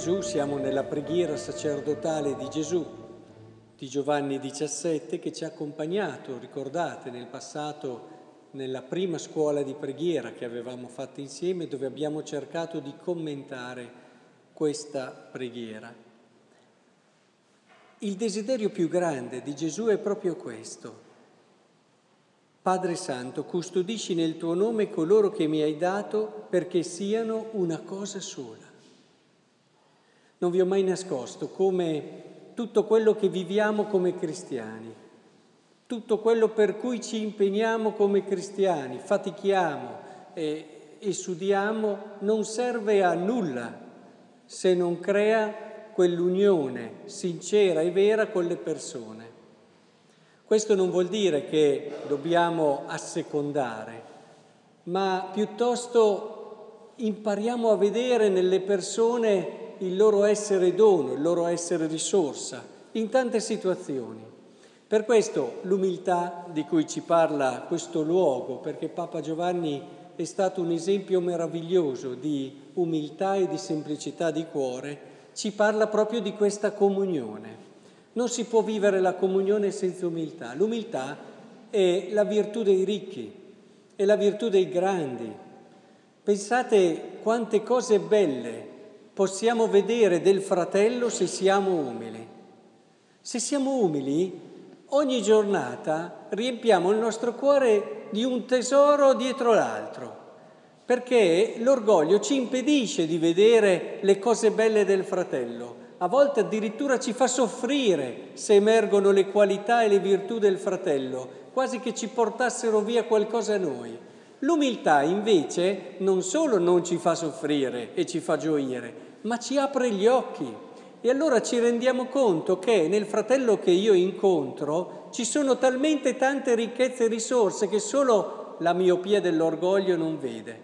Gesù, siamo nella preghiera sacerdotale di Gesù, di Giovanni 17, che ci ha accompagnato, ricordate, nel passato, nella prima scuola di preghiera che avevamo fatto insieme, dove abbiamo cercato di commentare questa preghiera. Il desiderio più grande di Gesù è proprio questo. Padre Santo, custodisci nel tuo nome coloro che mi hai dato perché siano una cosa sola. Non vi ho mai nascosto come tutto quello che viviamo come cristiani, tutto quello per cui ci impegniamo come cristiani, fatichiamo e studiamo, non serve a nulla se non crea quell'unione sincera e vera con le persone. Questo non vuol dire che dobbiamo assecondare, ma piuttosto impariamo a vedere nelle persone il loro essere dono, il loro essere risorsa, in tante situazioni. Per questo l'umiltà di cui ci parla questo luogo, perché Papa Giovanni è stato un esempio meraviglioso di umiltà e di semplicità di cuore, ci parla proprio di questa comunione. Non si può vivere la comunione senza umiltà. L'umiltà è la virtù dei ricchi, è la virtù dei grandi. Pensate quante cose belle possiamo vedere del fratello se siamo umili. Se siamo umili, ogni giornata riempiamo il nostro cuore di un tesoro dietro l'altro, perché l'orgoglio ci impedisce di vedere le cose belle del fratello. A volte addirittura ci fa soffrire se emergono le qualità e le virtù del fratello, quasi che ci portassero via qualcosa a noi. L'umiltà invece non solo non ci fa soffrire e ci fa gioire, ma ci apre gli occhi e allora ci rendiamo conto che nel fratello che io incontro ci sono talmente tante ricchezze e risorse che solo la miopia dell'orgoglio non vede.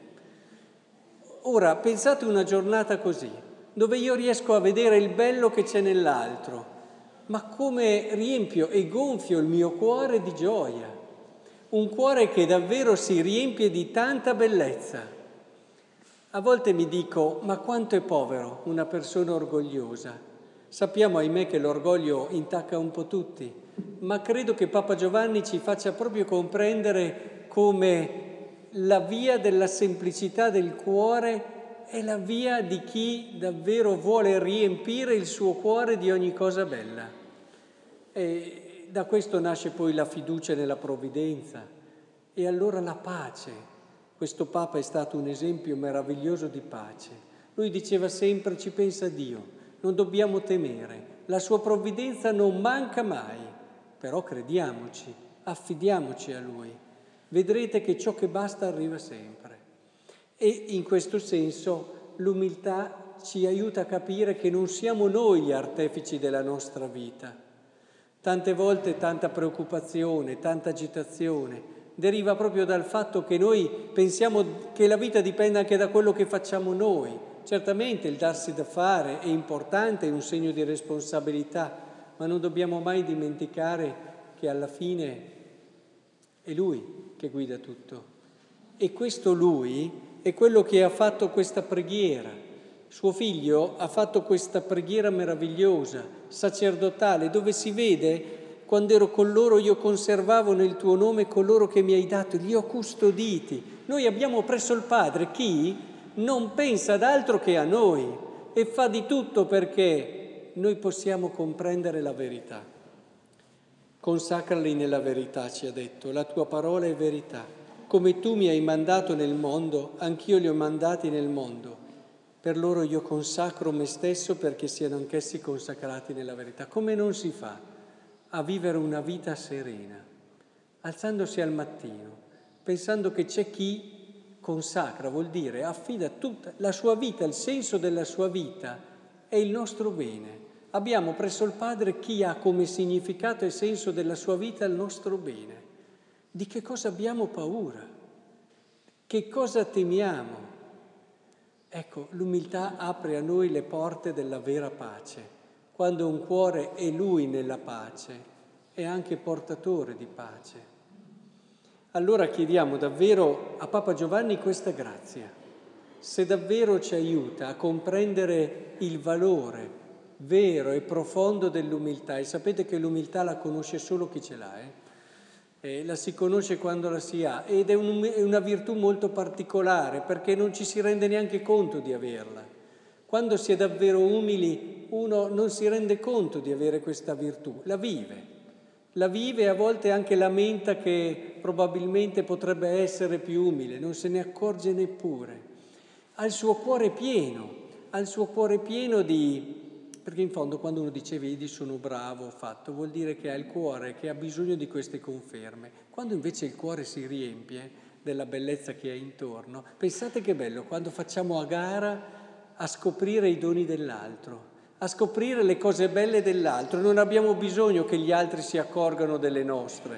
Ora pensate una giornata così, dove io riesco a vedere il bello che c'è nell'altro, ma come riempio e gonfio il mio cuore di gioia, un cuore che davvero si riempie di tanta bellezza. A volte mi dico, ma quanto è povero una persona orgogliosa. Sappiamo, ahimè, che l'orgoglio intacca un po' tutti, ma credo che Papa Giovanni ci faccia proprio comprendere come la via della semplicità del cuore è la via di chi davvero vuole riempire il suo cuore di ogni cosa bella. E da questo nasce poi la fiducia nella provvidenza e allora la pace. Questo Papa è stato un esempio meraviglioso di pace. Lui diceva sempre: ci pensa Dio, non dobbiamo temere, la sua provvidenza non manca mai, però crediamoci, affidiamoci a Lui. Vedrete che ciò che basta arriva sempre. E in questo senso l'umiltà ci aiuta a capire che non siamo noi gli artefici della nostra vita. Tante volte tanta preoccupazione, tanta agitazione deriva proprio dal fatto che noi pensiamo che la vita dipenda anche da quello che facciamo noi. Certamente il darsi da fare è importante, è un segno di responsabilità, ma non dobbiamo mai dimenticare che alla fine è Lui che guida tutto. E questo Lui è quello che ha fatto questa preghiera. Suo figlio ha fatto questa preghiera meravigliosa, sacerdotale, dove si vede: quando ero con loro io conservavo nel tuo nome coloro che mi hai dato, li ho custoditi. Noi abbiamo presso il Padre chi non pensa ad altro che a noi e fa di tutto perché noi possiamo comprendere la verità. Consacrali nella verità, ci ha detto, la tua parola è verità. Come tu mi hai mandato nel mondo, anch'io li ho mandati nel mondo. Per loro io consacro me stesso perché siano anch'essi consacrati nella verità. Come non si fa a vivere una vita serena, alzandosi al mattino, pensando che c'è chi consacra, vuol dire affida tutta la sua vita, il senso della sua vita è il nostro bene. Abbiamo presso il Padre chi ha come significato e senso della sua vita il nostro bene. Di che cosa abbiamo paura? Che cosa temiamo? Ecco, l'umiltà apre a noi le porte della vera pace. Quando un cuore è Lui nella pace, è anche portatore di pace. Allora chiediamo davvero a Papa Giovanni questa grazia. se davvero ci aiuta a comprendere il valore vero e profondo dell'umiltà, e sapete che l'umiltà la conosce solo chi ce l'ha, la si conosce quando la si ha, ed è una virtù molto particolare, perché non ci si rende neanche conto di averla. Quando si è davvero umili, uno non si rende conto di avere questa virtù, la vive e a volte anche lamenta che probabilmente potrebbe essere più umile, non se ne accorge neppure. Ha il suo cuore pieno di... Perché in fondo quando uno dice vedi sono bravo, ho fatto, vuol dire che ha il cuore che ha bisogno di queste conferme. Quando invece il cuore si riempie della bellezza che è intorno, pensate che bello quando facciamo a gara a scoprire i doni dell'altro, a scoprire le cose belle dell'altro. Non abbiamo bisogno che gli altri si accorgano delle nostre,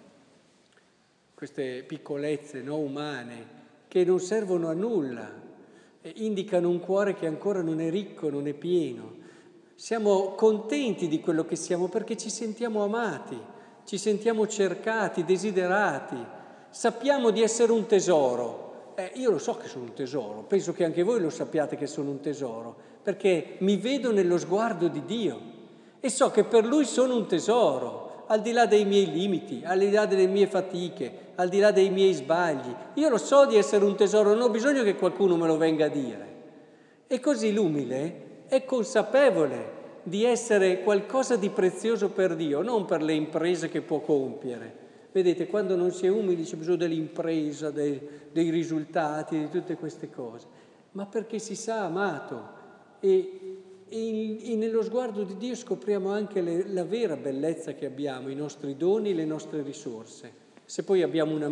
queste piccolezze umane, che non servono a nulla, indicano un cuore che ancora non è ricco, non è pieno. Siamo contenti di quello che siamo perché ci sentiamo amati, ci sentiamo cercati, desiderati, sappiamo di essere un tesoro. Io lo so che sono un tesoro, penso che anche voi lo sappiate che sono un tesoro, perché mi vedo nello sguardo di Dio e so che per Lui sono un tesoro, al di là dei miei limiti, al di là delle mie fatiche, al di là dei miei sbagli. Io lo so di essere un tesoro, non ho bisogno che qualcuno me lo venga a dire. E così l'umile è consapevole di essere qualcosa di prezioso per Dio, non per le imprese che può compiere. Vedete, quando non si è umili c'è bisogno dell'impresa, dei risultati, di tutte queste cose, ma perché si sa amato e nello sguardo di Dio scopriamo anche la vera bellezza che abbiamo, i nostri doni, le nostre risorse. Se poi abbiamo un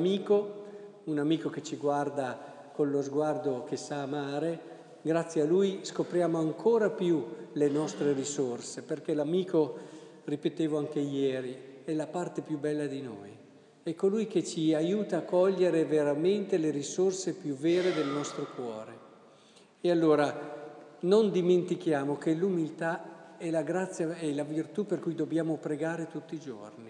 amico che ci guarda con lo sguardo che sa amare, grazie a lui scopriamo ancora più le nostre risorse, perché l'amico, ripetevo anche ieri, è la parte più bella di noi. È colui che ci aiuta a cogliere veramente le risorse più vere del nostro cuore. E allora non dimentichiamo che l'umiltà è la grazia e la virtù per cui dobbiamo pregare tutti i giorni.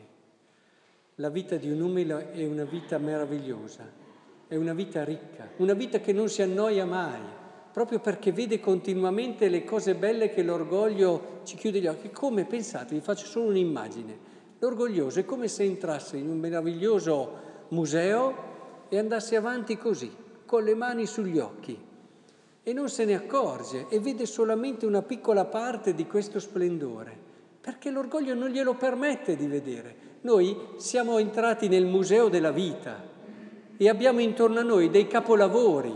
La vita di un umile è una vita meravigliosa, è una vita ricca, una vita che non si annoia mai, proprio perché vede continuamente le cose belle che l'orgoglio ci chiude gli occhi. Come, pensate, vi faccio solo un'immagine. L'orgoglioso è come se entrasse in un meraviglioso museo e andasse avanti così, con le mani sugli occhi, e non se ne accorge e vede solamente una piccola parte di questo splendore, perché l'orgoglio non glielo permette di vedere. Noi siamo entrati nel museo della vita e abbiamo intorno a noi dei capolavori.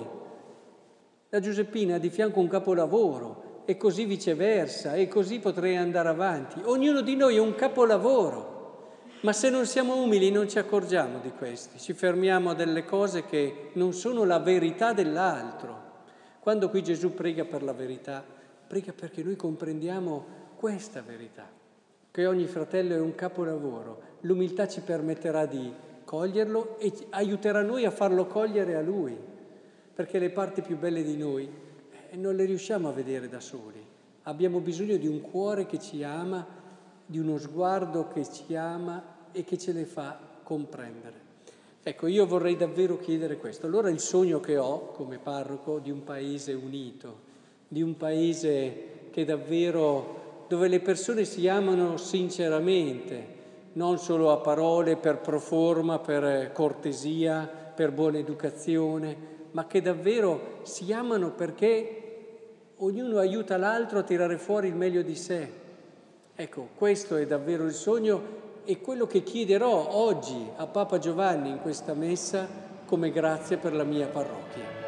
La Giuseppina ha di fianco un capolavoro e così viceversa, e così potrei andare avanti. Ognuno di noi è un capolavoro, ma se non siamo umili non ci accorgiamo di questi, ci fermiamo a delle cose che non sono la verità dell'altro. Quando qui Gesù prega per la verità, prega perché noi comprendiamo questa verità, che ogni fratello è un capolavoro. L'umiltà ci permetterà di coglierlo e aiuterà noi a farlo cogliere a Lui, perché le parti più belle di noi non le riusciamo a vedere da soli. Abbiamo bisogno di un cuore che ci ama, di uno sguardo che ci ama e che ce le fa comprendere. Ecco, io vorrei davvero chiedere questo. Allora il sogno che ho come parroco di un paese unito, di un paese che davvero, dove le persone si amano sinceramente, non solo a parole, per pro forma, per cortesia, per buona educazione, ma che davvero si amano perché ognuno aiuta l'altro a tirare fuori il meglio di sé. Ecco, questo è davvero il sogno e quello che chiederò oggi a Papa Giovanni in questa messa come grazia per la mia parrocchia.